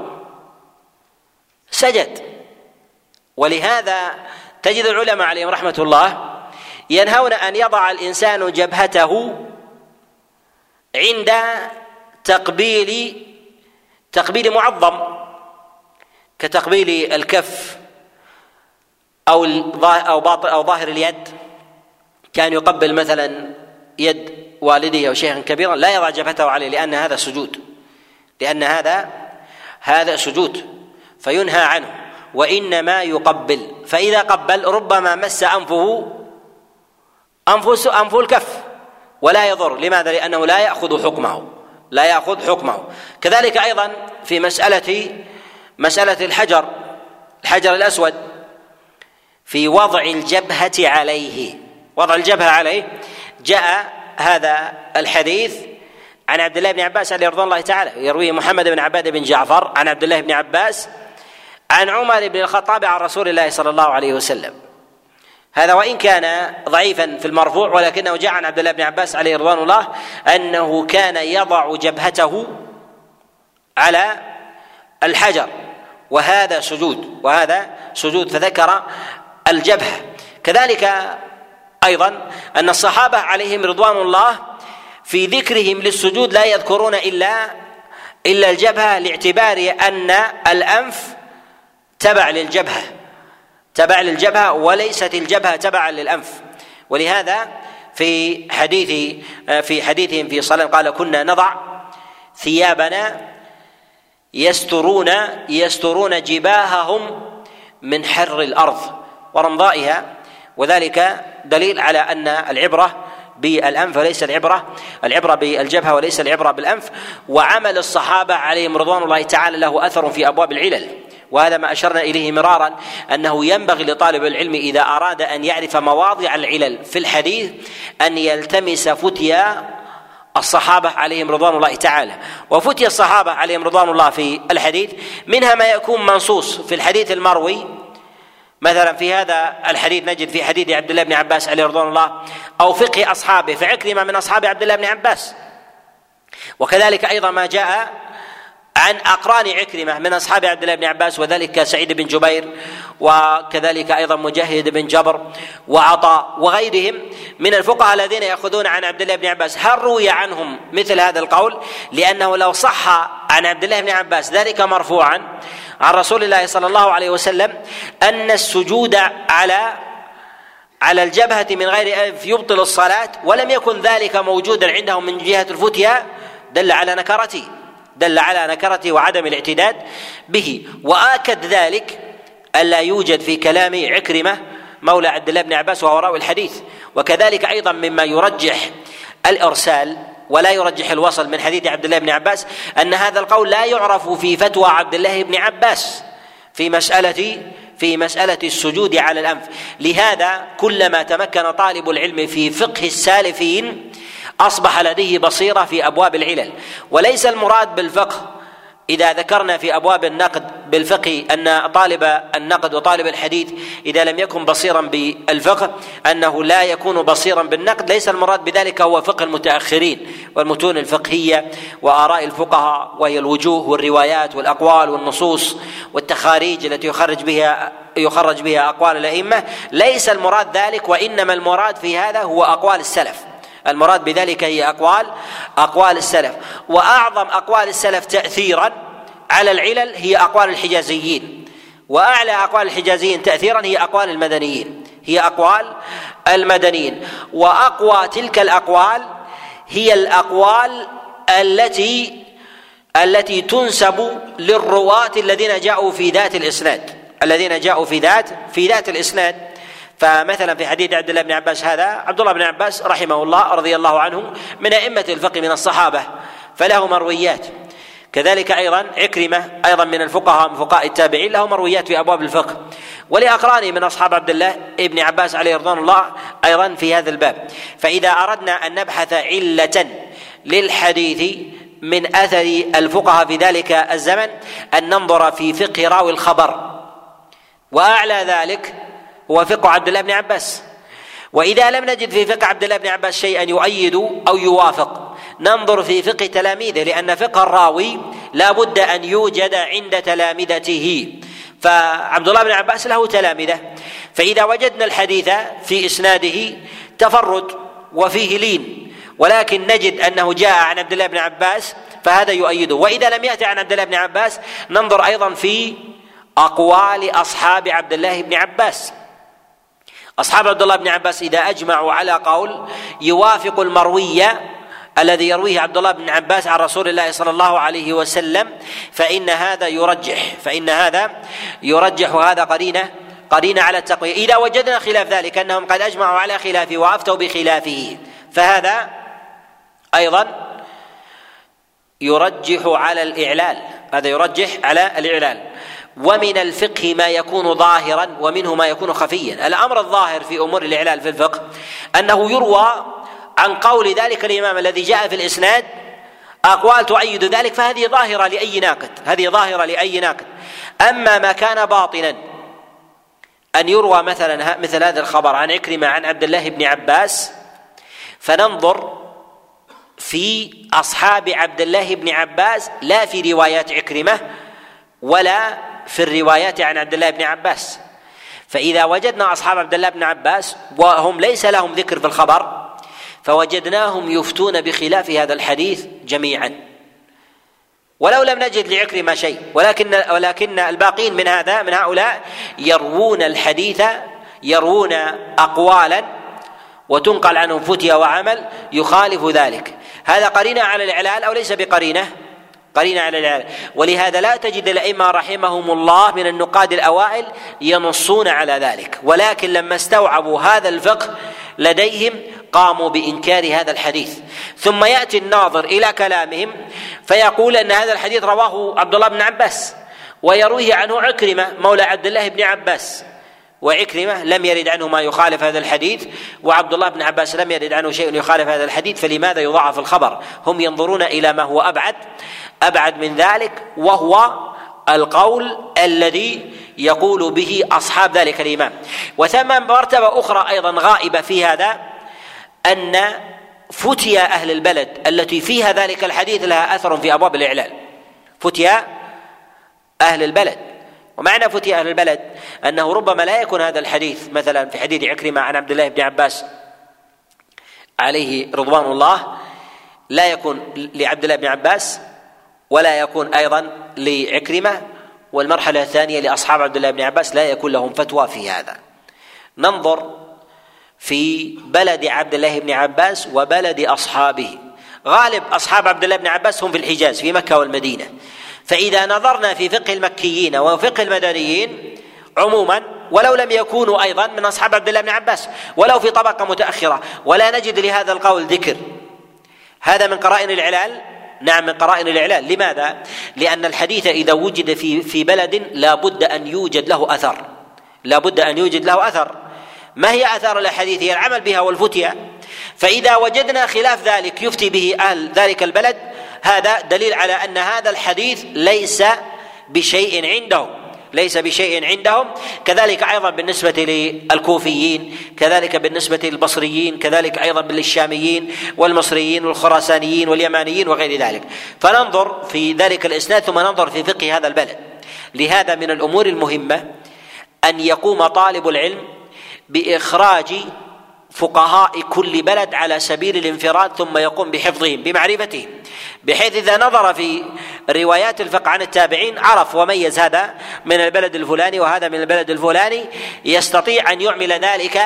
سجد. ولهذا تجد العلماء عليهم رحمة الله ينهون أن يضع الإنسان جبهته عند تقبيل تقبيل معظم كتقبيل الكف أو أو باطن أو ظاهر اليد. كان يقبل مثلا يد والده أو شيخا كبيرا لا يضع جبهته عليه لأن هذا سجود لأن هذا هذا سجود فينهى عنه، وإنما يقبل. فإذا قبل ربما مس أنفه أنفه أنفه الكف ولا يضر. لماذا؟ لأنه لا يأخذ حكمه لا يأخذ حكمه. كذلك أيضا في مسألة مسألة الحجر الحجر الأسود في وضع الجبهة عليه وضع الجبهة عليه جاء هذا الحديث عن عبد الله بن عباس عليه رضوان الله تعالى، يرويه محمد بن عباد بن جعفر عن عبد الله بن عباس عن عمر بن الخطاب عن رسول الله صلى الله عليه وسلم. هذا وإن كان ضعيفا في المرفوع ولكنه جاء عن عبد الله بن عباس عليه رضوان الله أنه كان يضع جبهته على الحجر وهذا سجود وهذا سجود فذكر الجبهة كذلك أيضا أن الصحابة عليهم رضوان الله في ذكرهم للسجود لا يذكرون إلا إلا الجبهة، لاعتبار أن الأنف تبع للجبهة تبع للجبهة وليست الجبهة تبعا للأنف. ولهذا في حديث في حديثهم في صلاة قال: كنا نضع ثيابنا يسترون يسترون جباههم من حر الأرض ورمضائها، وذلك دليل على أن العبرة بالأنف وليس العبرة العبرة بالجبهة وليس العبرة بالأنف. وعمل الصحابة عليهم رضوان الله تعالى له أثر في أبواب العلل، وهذا ما أشرنا إليه مرارا، أنه ينبغي لطالب العلم إذا أراد أن يعرف مواضع العلل في الحديث أن يلتمس فتيا الصحابة عليهم رضوان الله تعالى. وفتي الصحابة عليهم رضوان الله في الحديث منها ما يكون منصوص في الحديث المروي، مثلا في هذا الحديث نجد في حديث عبد الله بن عباس عليه رضوان الله، أو فقه أصحابه، فعكرمة من أصحاب عبد الله بن عباس. وكذلك أيضا ما جاء عن أقران عكرمة من أصحاب عبد الله بن عباس، وذلك سعيد بن جبير، وكذلك أيضا مجاهد بن جبر وعطاء وغيرهم من الفقهاء الذين يأخذون عن عبد الله بن عباس. هل روي عنهم مثل هذا القول؟ لأنه لو صح عن عبد الله بن عباس ذلك مرفوعا عن رسول الله صلى الله عليه وسلم أن السجود على على الجبهة من غير أنف يبطل الصلاة، ولم يكن ذلك موجودا عندهم من جهة الفتيا، دل على نكرته دل على نكرته وعدم الاعتداد به. وآكد ذلك ألا يوجد في كلام عكرمة مولى عبد الله بن عباس وهو راوي الحديث. وكذلك أيضا مما يرجح الإرسال ولا يرجح الوصل من حديث عبد الله بن عباس أن هذا القول لا يعرف في فتوى عبد الله بن عباس في مسألة في مسألة السجود على الأنف. لهذا كلما تمكن طالب العلم في فقه السالفين أصبح لديه بصيرة في أبواب العلل. وليس المراد بالفقه إذا ذكرنا في أبواب النقد بالفقه أن طالب النقد وطالب الحديث إذا لم يكن بصيرا بالفقه أنه لا يكون بصيرا بالنقد، ليس المراد بذلك هو فقه المتأخرين والمتون الفقهية وآراء الفقهاء، وهي الوجوه والروايات والأقوال والنصوص والتخاريج التي يخرج بها يخرج بها أقوال الأئمة. ليس المراد ذلك، وإنما المراد في هذا هو أقوال السلف. المراد بذلك هي أقوال أقوال السلف. وأعظم أقوال السلف تأثيرا على العلل هي أقوال الحجازيين، وأعلى أقوال الحجازيين تأثيرا هي أقوال المدنيين هي أقوال المدنيين وأقوى تلك الأقوال هي الأقوال التي التي تنسب للرواة الذين جاءوا في ذات الإسناد الذين جاءوا في ذات في ذات الإسناد. فمثلا في حديث عبد الله بن عباس هذا عبد الله بن عباس رحمه الله رضي الله عنه من أئمة الفقه من الصحابة فله مرويات. كذلك أيضا عكرمة أيضا من الفقهاء من فقهاء التابعين له مرويات في أبواب الفقه، ولأقرانه من أصحاب عبد الله بن عباس عليه رضوان الله أيضا في هذا الباب. فإذا أردنا أن نبحث علة للحديث من أثر الفقهاء في ذلك الزمن أن ننظر في فقه راوي الخبر، وأعلى ذلك هو فقه عبد الله بن عباس. وإذا لم نجد في فقه عبد الله بن عباس شيئا يؤيد أو يوافق ننظر في فقه تلاميذه، لأن فقه الراوي لا بد أن يوجد عند تلامذته. فعبد الله بن عباس له تلامذة، فإذا وجدنا الحديث في إسناده تفرد وفيه لين ولكن نجد أنه جاء عن عبد الله بن عباس فهذا يؤيده. وإذا لم يأتي عن عبد الله بن عباس ننظر أيضا في أقوال أصحاب عبد الله بن عباس. أصحاب عبد الله بن عباس إذا أجمعوا على قول يوافق المروي الذي يرويه عبد الله بن عباس عن رسول الله صلى الله عليه وسلم فإن هذا يرجح فإن هذا يرجح هذا قرينة قرينة على التقوية. إذا وجدنا خلاف ذلك أنهم قد أجمعوا على خلافه وأفتوا بخلافه فهذا أيضا يرجح على الإعلال هذا يرجح على الإعلال. ومن الفقه ما يكون ظاهرا ومنه ما يكون خفيا. الأمر الظاهر في أمور الإعلال في الفقه أنه يروى عن قول ذلك الإمام الذي جاء في الإسناد أقوال تؤيد ذلك، فهذه ظاهرة لأي ناقد هذه ظاهرة لأي ناقد. أما ما كان باطنا أن يروى مثلا مثل هذا الخبر عن عكرمة عن عبد الله بن عباس فننظر في أصحاب عبد الله بن عباس لا في روايات عكرمة ولا في الروايات عن عبد الله بن عباس. فإذا وجدنا أصحاب عبد الله بن عباس وهم ليس لهم ذكر في الخبر فوجدناهم يفتون بخلاف هذا الحديث جميعا، ولو لم نجد لعكرمة شيء، ولكن ولكن الباقين من هذا من هؤلاء يروون الحديث، يروون أقوالا وتنقل عنهم فتيا وعمل يخالف ذلك. هذا قرينة على الإعلال أو ليس بقرينة؟ قرينة على الإعلال. ولهذا لا تجد الأئمة رحمهم الله من النقاد الأوائل ينصون على ذلك، ولكن لما استوعبوا هذا الفقه لديهم قاموا بإنكار هذا الحديث. ثم يأتي الناظر إلى كلامهم فيقول أن هذا الحديث رواه عبد الله بن عباس ويرويه عنه عكرمة مولى عبد الله بن عباس، وعكرمة لم يرد عنه ما يخالف هذا الحديث، وعبد الله بن عباس لم يرد عنه شيء يخالف هذا الحديث، فلماذا يضاعف الخبر؟ هم ينظرون إلى ما هو أبعد أبعد من ذلك، وهو القول الذي يقول به أصحاب ذلك الإمام. وثم مرتبة أخرى أيضا غائبة في هذا، أن فتيا أهل البلد التي فيها ذلك الحديث لها أثر في أبواب الإعلال. فتيا أهل البلد، ومعنى فتيا أهل البلد أنه ربما لا يكون هذا الحديث مثلا في حديث عكرمة عن عبد الله بن عباس عليه رضوان الله لا يكون لعبد الله بن عباس ولا يكون أيضا لعكرمة، والمرحلة الثانية لأصحاب عبد الله بن عباس لا يكون لهم فتوى في هذا. ننظر في بلد عبد الله بن عباس وبلد أصحابه. غالب أصحاب عبد الله بن عباس هم في الحجاز في مكة والمدينة، فإذا نظرنا في فقه المكيين وفقه المدنيين عموما ولو لم يكونوا أيضا من أصحاب عبد الله بن عباس ولو في طبقة متأخرة ولا نجد لهذا القول ذكر، هذا من قرائن الإعلال. نعم من قرائن الإعلال. لماذا؟ لأن الحديث إذا وجد في في بلد لا بد أن يوجد له أثر، لا بد أن يوجد له أثر. ما هي آثار الأحاديث؟ هي العمل بها والفتيا. فإذا وجدنا خلاف ذلك يفتي به أهل ذلك البلد، هذا دليل على أن هذا الحديث ليس بشيء عندهم، ليس بشيء عندهم. كذلك أيضا بالنسبة للكوفيين، كذلك بالنسبة للبصريين، كذلك أيضا بالشاميين والمصريين والخراسانيين واليمانيين وغير ذلك. فننظر في ذلك الإسناد ثم ننظر في فقه هذا البلد. لهذا من الأمور المهمة أن يقوم طالب العلم بإخراج فقهاء كل بلد على سبيل الانفراد، ثم يقوم بحفظهم بمعرفتهم، بحيث إذا نظر في روايات الفقه عن التابعين عرف وميز هذا من البلد الفلاني وهذا من البلد الفلاني، يستطيع أن يعمل ذلك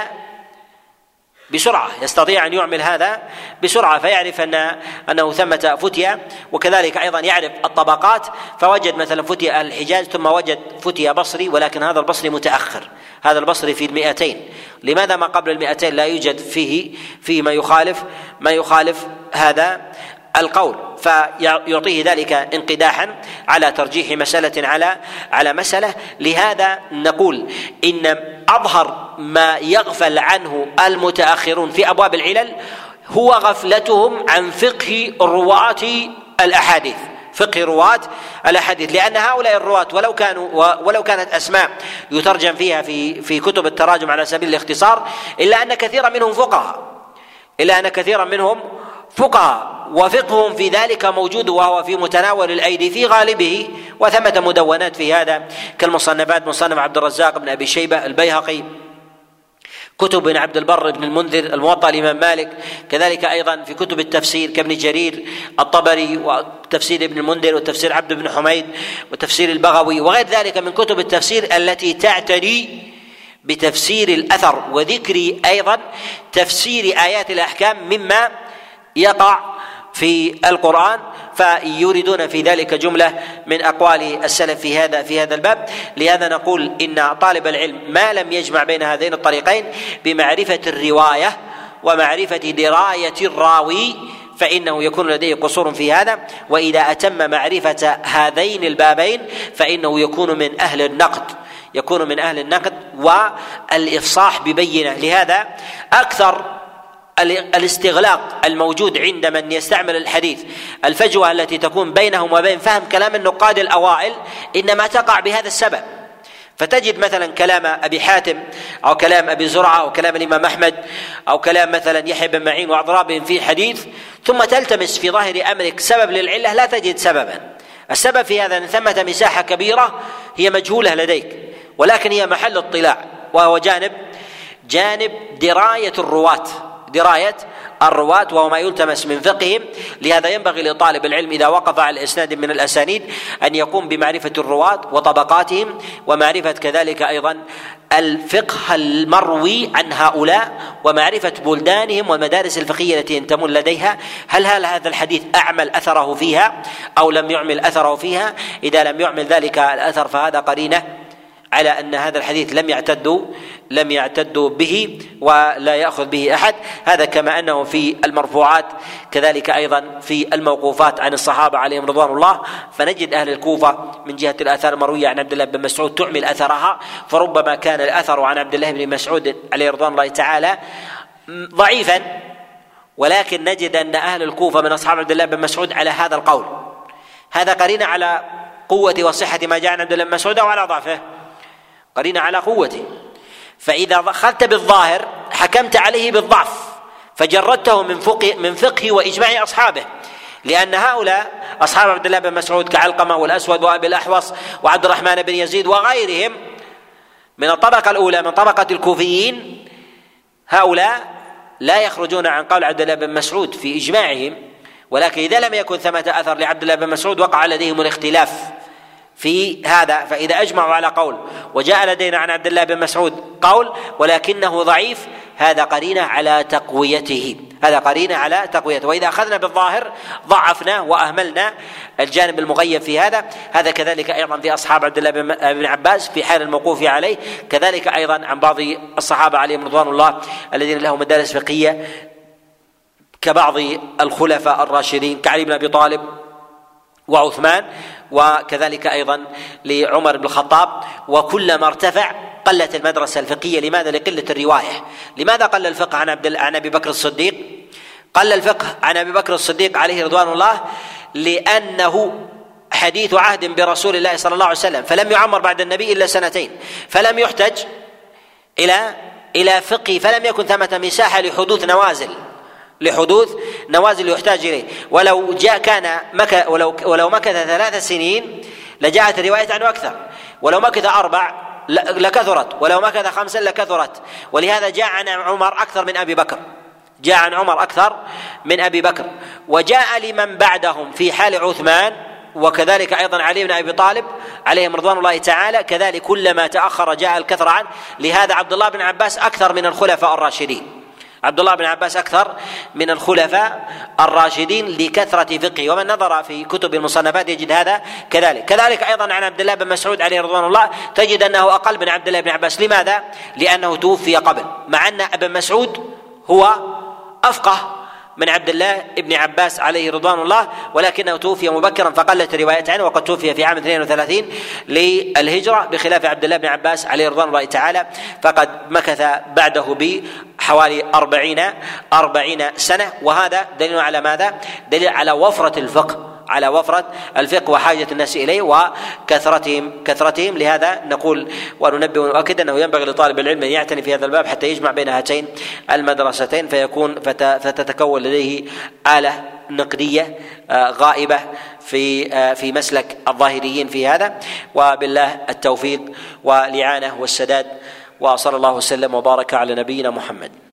بسرعة، يستطيع أن يعمل هذا بسرعة، فيعرف أن أنه ثمة فتيا. وكذلك أيضا يعرف الطبقات، فوجد مثلا فتيا أهل الحجاز ثم وجد فتيا بصري، ولكن هذا البصري متأخر، هذا البصري في المئتين. لماذا ما قبل المئتين لا يوجد فيه فيه ما يخالف ما يخالف هذا القول؟ فيعطيه ذلك انقداحا على ترجيح مسألة على على مسألة. لهذا نقول إن أظهر ما يغفل عنه المتأخرون في أبواب العلل هو غفلتهم عن فقه رواة الأحاديث، فقه رواة الأحاديث، لأن هؤلاء الرواة ولو كانوا ولو كانت أسماء يترجم فيها في في كتب التراجم على سبيل الاختصار، إلا أن كثيرا منهم فقهاء إلا أن كثيرا منهم فقهاء وفقههم في ذلك موجود، وهو في متناول الأيدي في غالبه. وثمة مدونات في هذا كالمصنفات، مصنف عبد الرزاق بن أبي شيبة، البيهقي، كتب بن عبد البر بن المنذر، الموطأ الإمام مالك، كذلك أيضا في كتب التفسير كابن جرير الطبري وتفسير ابن المنذر وتفسير عبد بن حميد وتفسير البغوي وغير ذلك من كتب التفسير التي تعتني بتفسير الأثر وذكر أيضا تفسير آيات الأحكام مما يقع في القرآن، فيوردون في ذلك جملة من أقوال السلف في هذا في هذا الباب. لهذا نقول إن طالب العلم ما لم يجمع بين هذين الطريقين بمعرفة الرواية ومعرفة دراية الراوي فإنه يكون لديه قصور في هذا، وإذا أتم معرفة هذين البابين فإنه يكون من أهل النقد يكون من أهل النقد والإفصاح ببينة. لهذا أكثر الاستغلاق الموجود عند من يستعمل الحديث، الفجوة التي تكون بينهم وبين فهم كلام النقاد الأوائل، إنما تقع بهذا السبب. فتجد مثلا كلام أبي حاتم أو كلام أبي زرعة أو كلام الإمام أحمد أو كلام مثلا يحيى بن معين وأضرابهم في حديث، ثم تلتمس في ظاهر أمرك سبب للعلة لا تجد سببا. السبب في هذا أن ثمة مساحة كبيرة هي مجهولة لديك، ولكن هي محل اطلاع وهو جانب جانب دراية الرواة دراية الرواة وهو ما يلتمس من فقههم. لهذا ينبغي لطالب العلم إذا وقف على إسناد من الأسانيد أن يقوم بمعرفة الرواة وطبقاتهم، ومعرفة كذلك أيضا الفقه المروي عن هؤلاء، ومعرفة بلدانهم والمدارس الفقهية التي ينتمون لديها. هل هذا الحديث أعمل أثره فيها أو لم يعمل أثره فيها؟ إذا لم يعمل ذلك الأثر فهذا قرينة على أن هذا الحديث لم يعتدوا لم يعتدوا به ولا يأخذ به أحد. هذا كما أنه في المرفوعات كذلك أيضا في الموقوفات عن الصحابة عليهم رضوان الله. فنجد أهل الكوفة من جهة الآثار المروية عن عبد الله بن مسعود تعمل أثرها، فربما كان الأثر عن عبد الله بن مسعود عليه رضوان الله تعالى ضعيفا، ولكن نجد أن أهل الكوفة من أصحاب عبد الله بن مسعود على هذا القول. هذا قرينة على قوة وصحة ما جاء عن عبد الله بن مسعود أو على ضعفه؟ قرينة على قوته. فإذا أخذت بالظاهر حكمت عليه بالضعف، فجردته من فقه من فقه وإجماع أصحابه، لأن هؤلاء أصحاب عبد الله بن مسعود كعلقمة والأسود وأبي الأحوص وعبد الرحمن بن يزيد وغيرهم من الطبقة الأولى من طبقة الكوفيين، هؤلاء لا يخرجون عن قول عبد الله بن مسعود في إجماعهم، ولكن إذا لم يكن ثمة أثر لعبد الله بن مسعود وقع لديهم الاختلاف في هذا. فإذا أجمعوا على قول وجاء لدينا عن عبد الله بن مسعود قول ولكنه ضعيف، هذا قرينة على تقويته هذا قرينة على تقويته. وإذا أخذنا بالظاهر ضعفنا وأهملنا الجانب المغيب في هذا. هذا كذلك أيضا في أصحاب عبد الله بن عباس في حال الموقوف عليه، كذلك أيضا عن بعض الصحابة عليهم رضوان الله الذين لهم مدارس فقهية كبعض الخلفاء الراشدين كعلي بن أبي طالب وعثمان، وكذلك أيضا لعمر بن الخطاب. وكلما ارتفع قلت المدرسة الفقهية. لماذا؟ لقلة الرواية. لماذا قل الفقه عن عبد عن أبي بكر الصديق؟ قل الفقه عن أبي بكر الصديق عليه رضوان الله لأنه حديث عهد برسول الله صلى الله عليه وسلم، فلم يعمر بعد النبي إلا سنتين، فلم يحتج إلى إلى فقه، فلم يكن ثمة مساحة لحدوث نوازل لحدوث نوازل يحتاج إليه. ولو جاء كان مك ولو ولو مكث ثلاث سنين لجاءت الرواية عنه أكثر، ولو مكث أربع لكثرت، ولو مكث خمسا لكثرت. ولهذا جاء عن عمر أكثر من أبي بكر جاء عن عمر أكثر من أبي بكر وجاء لمن بعدهم في حال عثمان وكذلك أيضا علي بن أبي طالب عليهم رضوان الله تعالى، كذلك كلما تأخر جاء الكثرة عنه. لهذا عبد الله بن عباس أكثر من الخلفاء الراشدين عبد الله بن عباس أكثر من الخلفاء الراشدين لكثرة فقهه. ومن نظر في كتب المصنفات يجد هذا كذلك. كذلك أيضا عن عبد الله بن مسعود عليه رضوان الله تجد أنه أقل من عبد الله بن عباس. لماذا؟ لأنه توفي قبل، مع أن ابن مسعود هو أفقه من عبد الله بن عباس عليه رضوان الله، ولكنه توفي مبكرا فقلت الروايات عنه، وقد توفي في عام اثنين وثلاثين للهجرة، بخلاف عبد الله بن عباس عليه رضوان الله تعالى فقد مكث بعده بحوالي أربعين أربعين سنة. وهذا دليل على ماذا؟ دليل على وفرة الفقه على وفرة الفقه وحاجة الناس إليه وكثرتهم كثرتهم لهذا نقول وننبه ونؤكد أنه ينبغي لطالب العلم أن يعتني في هذا الباب حتى يجمع بين هاتين المدرستين، فيكون فتتكون لديه آلة نقدية غائبة في في مسلك الظاهريين في هذا. وبالله التوفيق والإعانة والسداد، وصلى الله وسلم وبارك على نبينا محمد.